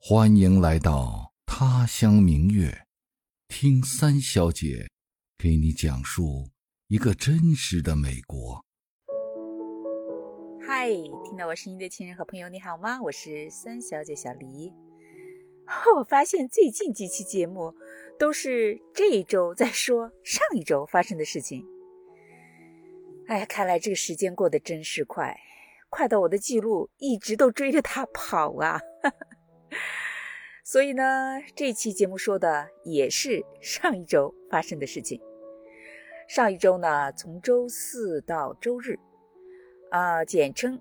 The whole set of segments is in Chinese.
欢迎来到他乡明月，听三小姐给你讲述一个真实的美国。 嗨，听到我声音的亲人和朋友你好吗？我是三小姐小黎。我发现最近几期节目都是这一周在说上一周发生的事情。看来这个时间过得真是快，快到我的记录一直都追着它跑啊。所以呢，这期节目说的也是上一周发生的事情。上一周呢，从周四到周日，简称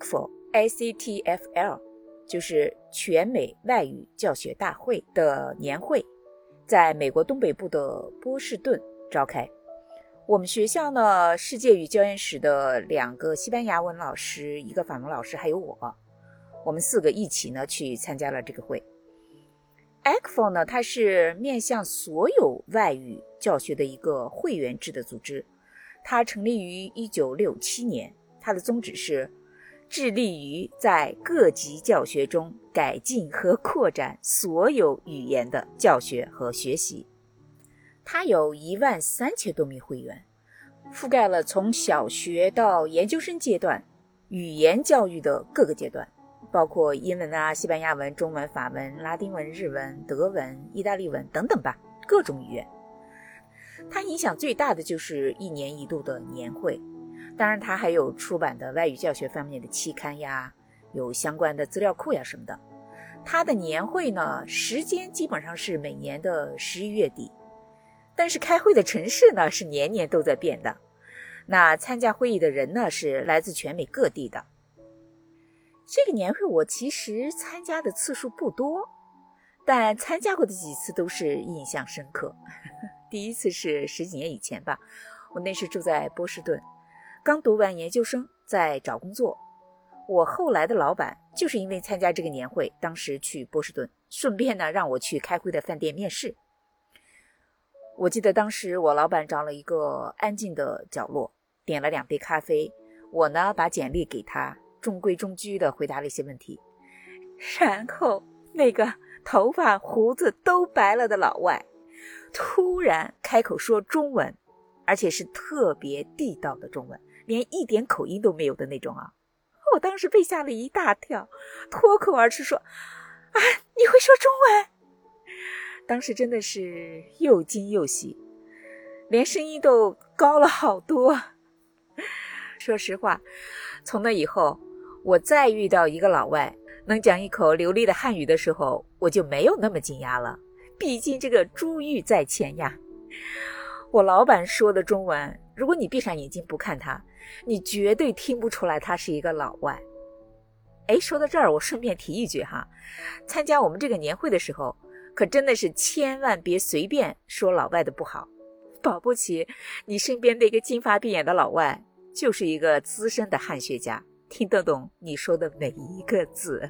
ACTFL， 就是全美外语教学大会的年会，在美国东北部的波士顿召开。我们学校呢，世界语教研室的2个西班牙文老师，1个法文老师，还有我们4个一起呢去参加了这个会。ACFL 呢，它是面向所有外语教学的一个会员制的组织，它成立于1967年，它的宗旨是致力于在各级教学中改进和扩展所有语言的教学和学习。它有13000多名会员，覆盖了从小学到研究生阶段语言教育的各个阶段，包括英文啊、西班牙文、中文、法文、拉丁文、日文、德文、意大利文等等吧，各种语言。它影响最大的就是1年1度的年会，当然它还有出版的外语教学方面的期刊呀，有相关的资料库呀什么的。它的年会呢，时间基本上是每年的11月底，但是开会的城市呢是年年都在变的。那参加会议的人呢是来自全美各地的。这个年会我其实参加的次数不多，但参加过的几次都是印象深刻。第一次是10几年以前吧，我那时住在波士顿，刚读完研究生，在找工作。我后来的老板就是因为参加这个年会，当时去波士顿，顺便呢让我去开会的饭店面试。我记得当时我老板找了一个安静的角落，点了2杯咖啡，我呢把简历给他，中规中矩地回答了一些问题，然后那个头发胡子都白了的老外突然开口说中文，而且是特别地道的中文，连一点口音都没有的那种啊！我当时被吓了一大跳，脱口而出说：“你会说中文？”当时真的是又惊又喜，连声音都高了好多。说实话，从那以后，我再遇到一个老外能讲一口流利的汉语的时候，我就没有那么惊讶了。毕竟这个珠玉在前呀。我老板说的中文，如果你闭上眼睛不看他，你绝对听不出来他是一个老外。说到这儿，我顺便提一句哈，参加我们这个年会的时候，可真的是千万别随便说老外的不好，保不齐你身边那个金发碧眼的老外就是一个资深的汉学家，听得懂你说的每一个字。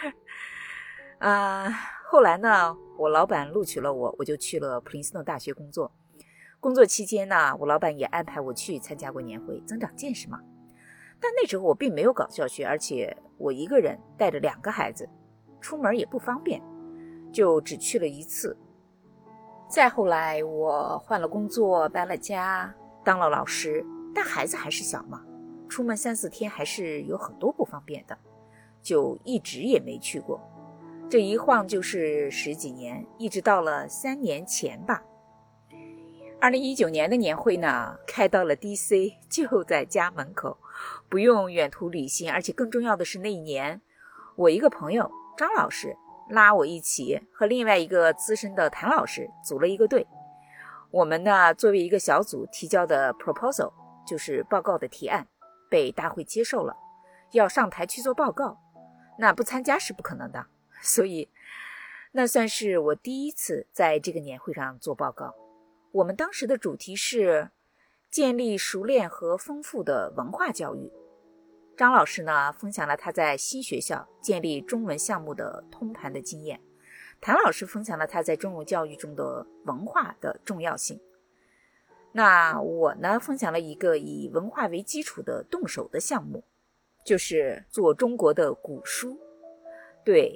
后来呢，我老板录取了我就去了普林斯顿大学工作。工作期间呢，我老板也安排我去参加过年会，增长见识嘛。但那时候我并没有搞教学，而且我一个人带着2个孩子，出门也不方便，就只去了1次。再后来我换了工作，搬了家，当了老师，但孩子还是小嘛，出门3、4天还是有很多不方便的，就一直也没去过。这一晃就是10几年，一直到了3年前吧。2019年的年会呢，开到了 DC， 就在家门口，不用远途旅行，而且更重要的是那一年，我一个朋友张老师拉我一起和另外一个资深的谭老师组了一个队。我们呢作为一个小组提交的 proposal， 就是报告的提案，被大会接受了，要上台去做报告，那不参加是不可能的，所以那算是我第一次在这个年会上做报告。我们当时的主题是建立熟练和丰富的文化教育。张老师呢分享了他在新学校建立中文项目的通盘的经验，谭老师分享了他在中文教育中的文化的重要性。那我呢分享了一个以文化为基础的动手的项目，就是做中国的古书。对，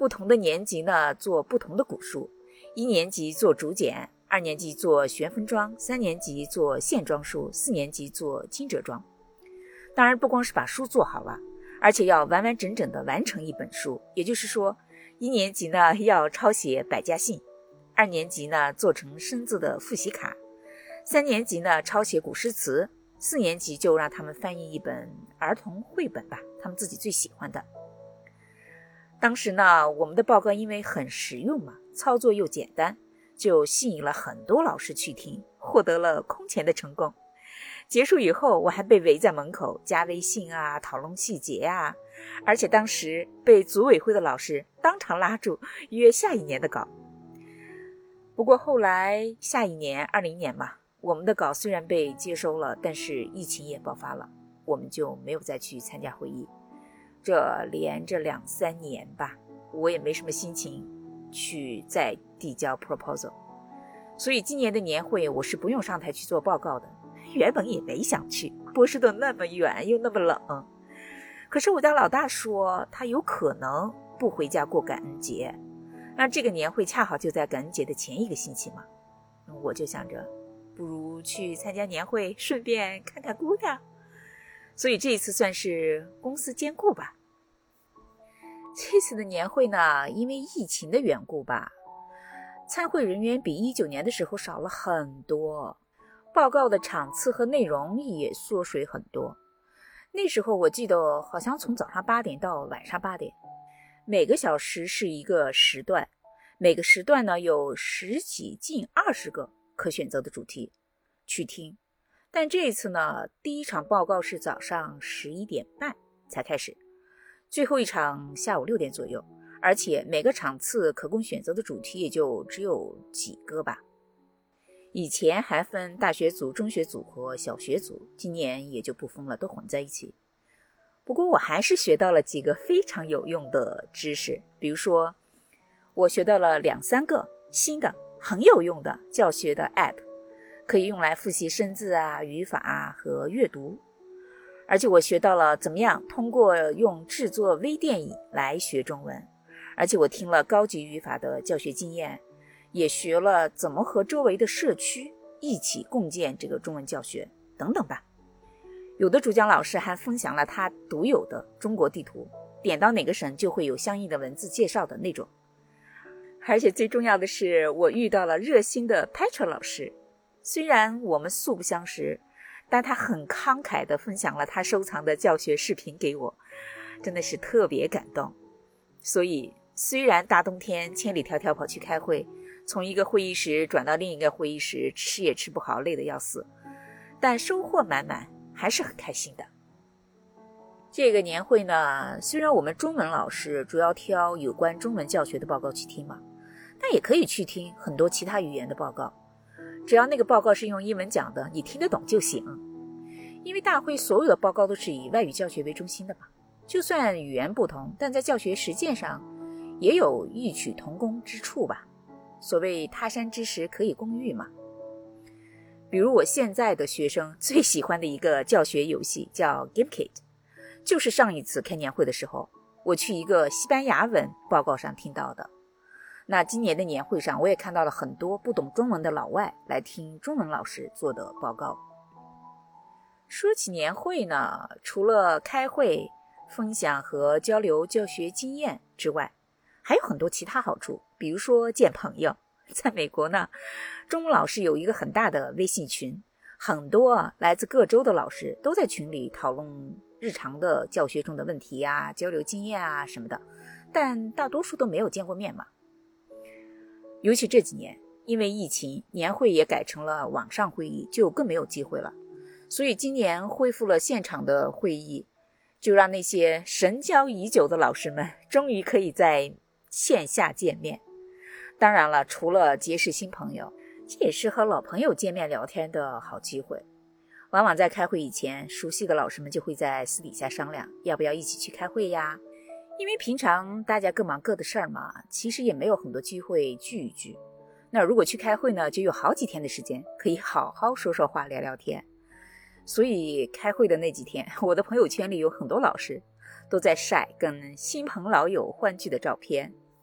不同的年级呢做不同的古书，1年级做竹简，2年级做旋风装，3年级做线装书，4年级做金折装。当然不光是把书做好了，而且要完完整整的完成一本书，也就是说1年级呢要抄写百家姓，2年级呢做成生字的复习卡，3年级呢抄写古诗词，4年级就让他们翻译一本儿童绘本吧，他们自己最喜欢的。当时呢我们的报告因为很实用嘛，操作又简单，就吸引了很多老师去听，获得了空前的成功。结束以后我还被围在门口加微信啊，讨论细节啊，而且当时被组委会的老师当场拉住约下一年的稿。不过后来下一年20年嘛，我们的稿虽然被接收了，但是疫情也爆发了，我们就没有再去参加会议。这连着2-3年吧，我也没什么心情去再递交 proposal， 所以今年的年会我是不用上台去做报告的，原本也没想去，波士顿那么远又那么冷。可是我家老大说他有可能不回家过感恩节，那这个年会恰好就在感恩节的前1个星期嘛，我就想着不如去参加年会，顺便看看姑娘。所以这一次算是公司兼顾吧。这次的年会呢，因为疫情的缘故吧，参会人员比19年的时候少了很多，报告的场次和内容也缩水很多。那时候我记得好像从早上8点到晚上8点，每个小时是一个时段，每个时段呢有10几近20个可选择的主题去听。但这一次呢，第一场报告是早上11点半才开始，最后一场下午6点左右，而且每个场次可供选择的主题也就只有几个吧。以前还分大学组、中学组和小学组，今年也就不分了，都混在一起。不过我还是学到了几个非常有用的知识，比如说我学到了2-3个新的很有用的教学的 app， 可以用来复习生字啊、语法啊和阅读。而且我学到了怎么样通过用制作微电影来学中文，而且我听了高级语法的教学经验，也学了怎么和周围的社区一起共建这个中文教学等等吧。有的主讲老师还分享了他独有的中国地图，点到哪个省就会有相应的文字介绍的那种。而且最重要的是，我遇到了热心的 Petra 老师，虽然我们素不相识，但他很慷慨地分享了他收藏的教学视频给我，真的是特别感动。所以虽然大冬天千里迢迢跑去开会，从一个会议室转到另一个会议室，吃也吃不好，累得要死，但收获满满，还是很开心的。这个年会呢，虽然我们中文老师主要挑有关中文教学的报告去听嘛，但也可以去听很多其他语言的报告，只要那个报告是用英文讲的，你听得懂就行。因为大会所有的报告都是以外语教学为中心的嘛，就算语言不同，但在教学实践上也有异曲同工之处吧。所谓他山之石可以攻玉嘛。比如我现在的学生最喜欢的一个教学游戏叫 GameKit， 就是上一次开年会的时候，我去一个西班牙文报告上听到的。那今年的年会上，我也看到了很多不懂中文的老外来听中文老师做的报告。说起年会呢，除了开会、分享和交流教学经验之外，还有很多其他好处，比如说见朋友。在美国呢，中文老师有一个很大的微信群，很多来自各州的老师都在群里讨论日常的教学中的问题啊、交流经验啊什么的，但大多数都没有见过面嘛。尤其这几年，因为疫情，年会也改成了网上会议，就更没有机会了。所以今年恢复了现场的会议，就让那些神交已久的老师们终于可以在线下见面。当然了，除了结识新朋友，这也是和老朋友见面聊天的好机会。往往在开会以前，熟悉的老师们就会在私底下商量，要不要一起去开会呀？因为平常大家各忙各的事儿嘛，其实也没有很多机会聚一聚。那如果去开会呢，就有好几天的时间可以好好说说话、聊聊天。所以开会的那几天，我的朋友圈里有很多老师都在晒跟新朋老友欢聚的照片。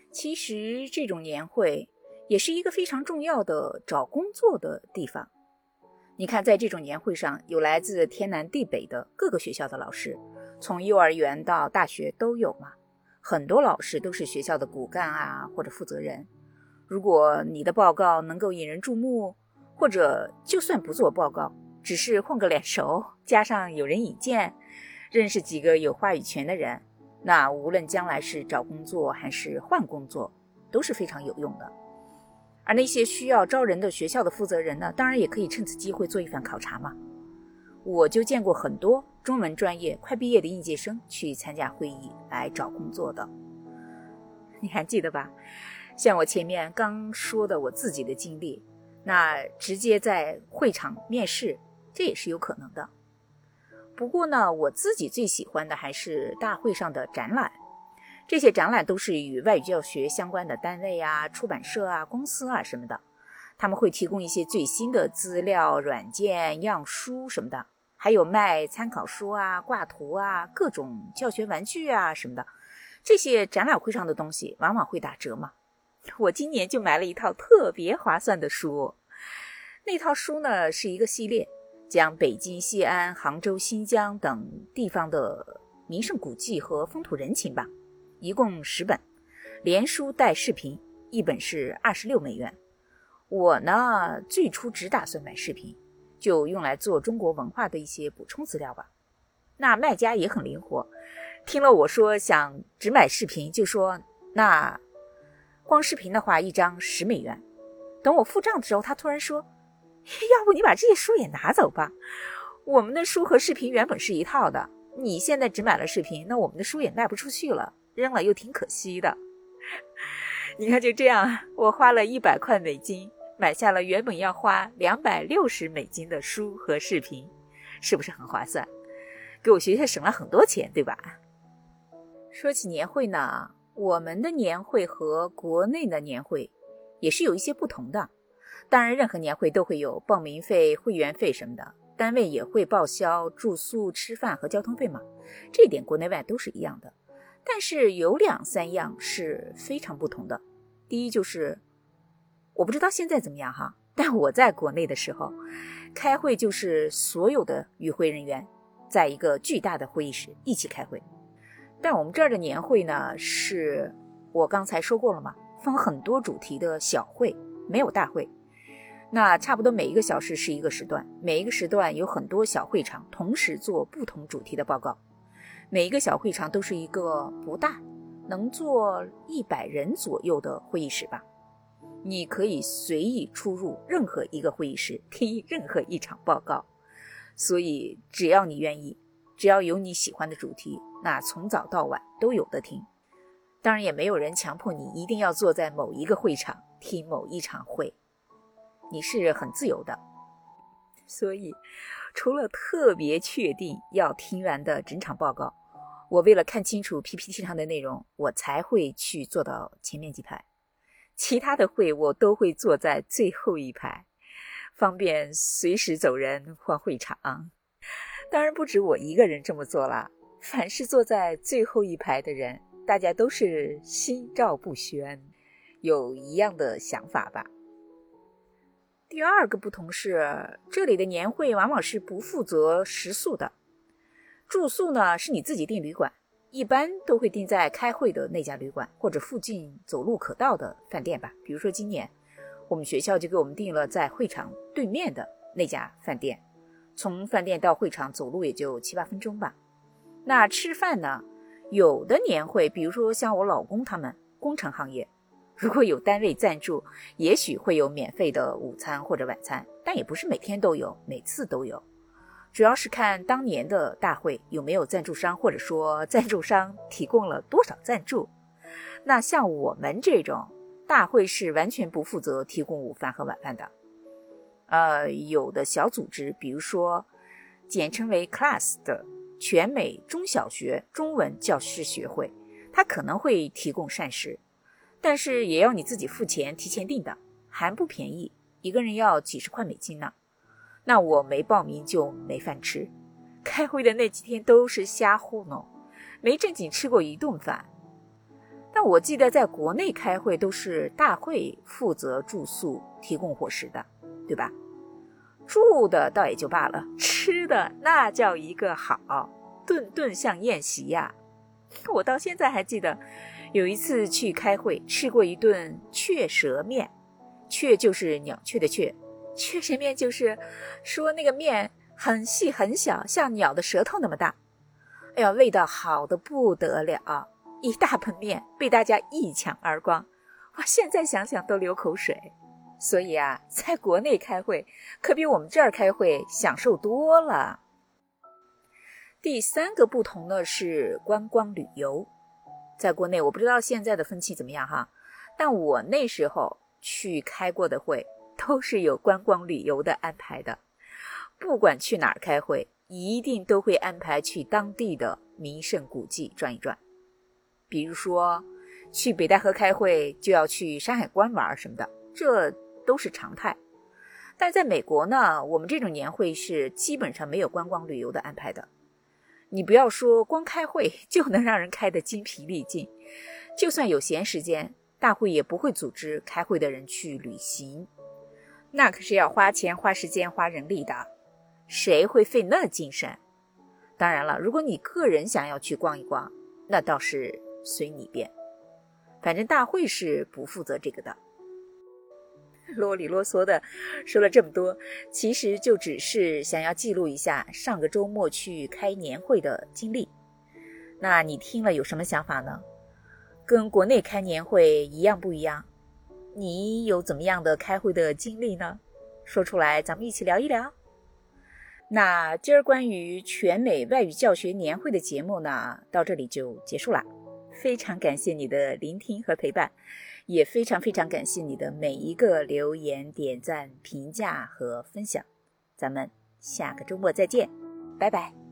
其实这种年会也是一个非常重要的找工作的地方。你看，在这种年会上，有来自天南地北的各个学校的老师，从幼儿园到大学都有嘛。很多老师都是学校的骨干啊，或者负责人。如果你的报告能够引人注目，或者就算不做报告，只是混个脸熟，加上有人引荐，认识几个有话语权的人，那无论将来是找工作还是换工作，都是非常有用的。而那些需要招人的学校的负责人呢，当然也可以趁此机会做一番考察嘛。我就见过很多中文专业快毕业的应届生去参加会议来找工作的。你还记得吧？像我前面刚说的我自己的经历，那直接在会场面试，这也是有可能的。不过呢，我自己最喜欢的还是大会上的展览。这些展览都是与外语教学相关的单位啊、出版社啊、公司啊什么的，他们会提供一些最新的资料、软件、样书什么的，还有卖参考书啊、挂图啊、各种教学玩具啊什么的。这些展览会上的东西往往会打折嘛。我今年就买了一套特别划算的书。那套书呢是一个系列，讲北京、西安、杭州、新疆等地方的名胜古迹和风土人情吧。一共10本，连书带视频，一本是26美元。我呢，最初只打算买视频，就用来做中国文化的一些补充资料吧。那卖家也很灵活，听了我说想只买视频，就说那光视频的话一张10美元。等我付账的时候，他突然说，要不你把这些书也拿走吧，我们的书和视频原本是一套的，你现在只买了视频，那我们的书也卖不出去了，扔了又挺可惜的。你看，就这样，我花了100块美金买下了原本要花260美金的书和视频，是不是很划算？给我学校省了很多钱，对吧？说起年会呢，我们的年会和国内的年会也是有一些不同的。当然，任何年会都会有报名费、会员费什么的，单位也会报销住宿、吃饭和交通费嘛，这一点国内外都是一样的。但是有2、3样是非常不同的。第一就是，我不知道现在怎么样哈，但我在国内的时候，开会就是所有的与会人员在一个巨大的会议室一起开会。但我们这儿的年会呢，是我刚才说过了嘛，分很多主题的小会，没有大会。那差不多每一个小时是一个时段，每一个时段有很多小会场同时做不同主题的报告。每一个小会场都是一个不大，能坐100人左右的会议室吧。你可以随意出入任何一个会议室，听任何一场报告。所以只要你愿意，只要有你喜欢的主题，那从早到晚都有得听。当然也没有人强迫你一定要坐在某一个会场听某一场会，你是很自由的。所以除了特别确定要听完的整场报告，我为了看清楚 PPT 上的内容，我才会去坐到前面几排。其他的会我都会坐在最后一排，方便随时走人换会场。当然不止我一个人这么做了，凡是坐在最后一排的人，大家都是心照不宣，有一样的想法吧。第二个不同是，这里的年会往往是不负责食宿的。住宿呢是你自己订旅馆，一般都会订在开会的那家旅馆，或者附近走路可到的饭店吧。比如说今年我们学校就给我们订了在会场对面的那家饭店，从饭店到会场走路也就7、8分钟吧。那吃饭呢，有的年会比如说像我老公他们工程行业，如果有单位赞助，也许会有免费的午餐或者晚餐，但也不是每天都有，每次都有。主要是看当年的大会有没有赞助商，或者说赞助商提供了多少赞助。那像我们这种大会是完全不负责提供午饭和晚饭的。有的小组织，比如说简称为 CLASS 的全美中小学中文教师学会，它可能会提供膳食，但是也要你自己付钱提前订的，还不便宜，一个人要几十块美金呢。那我没报名就没饭吃，开会的那几天都是瞎糊弄，没正经吃过一顿饭。 那我记得在国内开会都是大会负责住宿提供伙食的，对吧？住的倒也就罢了，吃的那叫一个好，顿顿像宴席呀。我到现在还记得有一次去开会，吃过一顿雀舌面。雀就是鸟雀的雀，雀舌面就是说那个面很细很小，像鸟的舌头那么大。哎呀，味道好的不得了，一大盆面被大家一抢而光，哇，现在想想都流口水。所以啊，在国内开会可比我们这儿开会享受多了。第三个不同呢是观光旅游。在国内我不知道现在的风气怎么样哈，但我那时候去开过的会都是有观光旅游的安排的。不管去哪儿开会，一定都会安排去当地的名胜古迹转一转。比如说去北戴河开会就要去山海关玩什么的，这都是常态。但在美国呢，我们这种年会是基本上没有观光旅游的安排的。你不要说光开会就能让人开得精疲力尽，就算有闲时间，大会也不会组织开会的人去旅行，那可是要花钱花时间花人力的，谁会费那精神？当然了，如果你个人想要去逛一逛，那倒是随你便，反正大会是不负责这个的。啰里啰嗦的说了这么多，其实就只是想要记录一下上个周末去开年会的经历。那你听了有什么想法呢？跟国内开年会一样不一样？你有怎么样的开会的经历呢？说出来咱们一起聊一聊。那今儿关于全美外语教学年会的节目呢，到这里就结束了。非常感谢你的聆听和陪伴，也非常感谢你的每一个留言、点赞、评价和分享。咱们下个周末再见，拜拜。